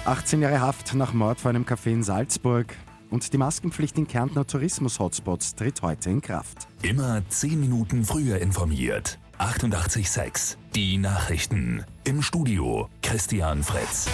18 Jahre Haft nach Mord vor einem Café in Salzburg. Und die Maskenpflicht in Kärntner Tourismus-Hotspots tritt heute in Kraft. Immer 10 Minuten früher informiert. 88,6. Die Nachrichten. Im Studio Christian Fritz.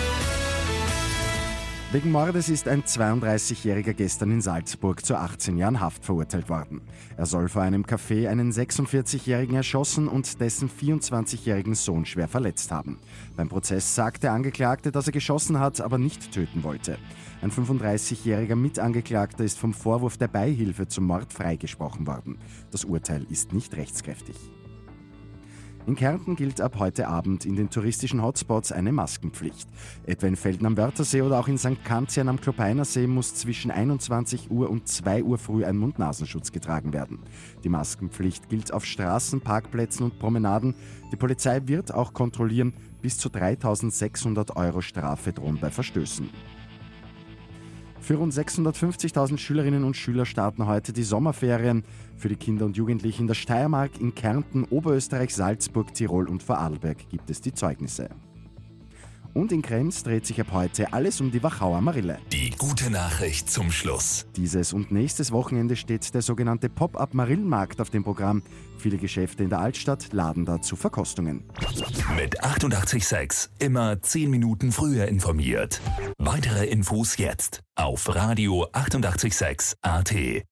Wegen Mordes ist ein 32-Jähriger gestern in Salzburg zu 18 Jahren Haft verurteilt worden. Er soll vor einem Café einen 46-Jährigen erschossen und dessen 24-jährigen Sohn schwer verletzt haben. Beim Prozess sagt der Angeklagte, dass er geschossen hat, aber nicht töten wollte. Ein 35-jähriger Mitangeklagter ist vom Vorwurf der Beihilfe zum Mord freigesprochen worden. Das Urteil ist nicht rechtskräftig. In Kärnten gilt ab heute Abend in den touristischen Hotspots eine Maskenpflicht. Etwa in Velden am Wörthersee oder auch in St. Kanzian am Klopeinersee muss zwischen 21 Uhr und 2 Uhr früh ein Mund-Nasenschutz getragen werden. Die Maskenpflicht gilt auf Straßen, Parkplätzen und Promenaden. Die Polizei wird auch kontrollieren, bis zu 3.600 € Strafe drohen bei Verstößen. Für rund 650.000 Schülerinnen und Schüler starten heute die Sommerferien. Für die Kinder und Jugendlichen in der Steiermark, in Kärnten, Oberösterreich, Salzburg, Tirol und Vorarlberg gibt es die Zeugnisse. Und in Krems dreht sich ab heute alles um die Wachauer Marille. Die gute Nachricht zum Schluss. Dieses und nächstes Wochenende steht der sogenannte Pop-up Marillenmarkt auf dem Programm. Viele Geschäfte in der Altstadt laden dazu Verkostungen. Mit 88,6 immer 10 Minuten früher informiert. Weitere Infos jetzt auf Radio 88,6 AT.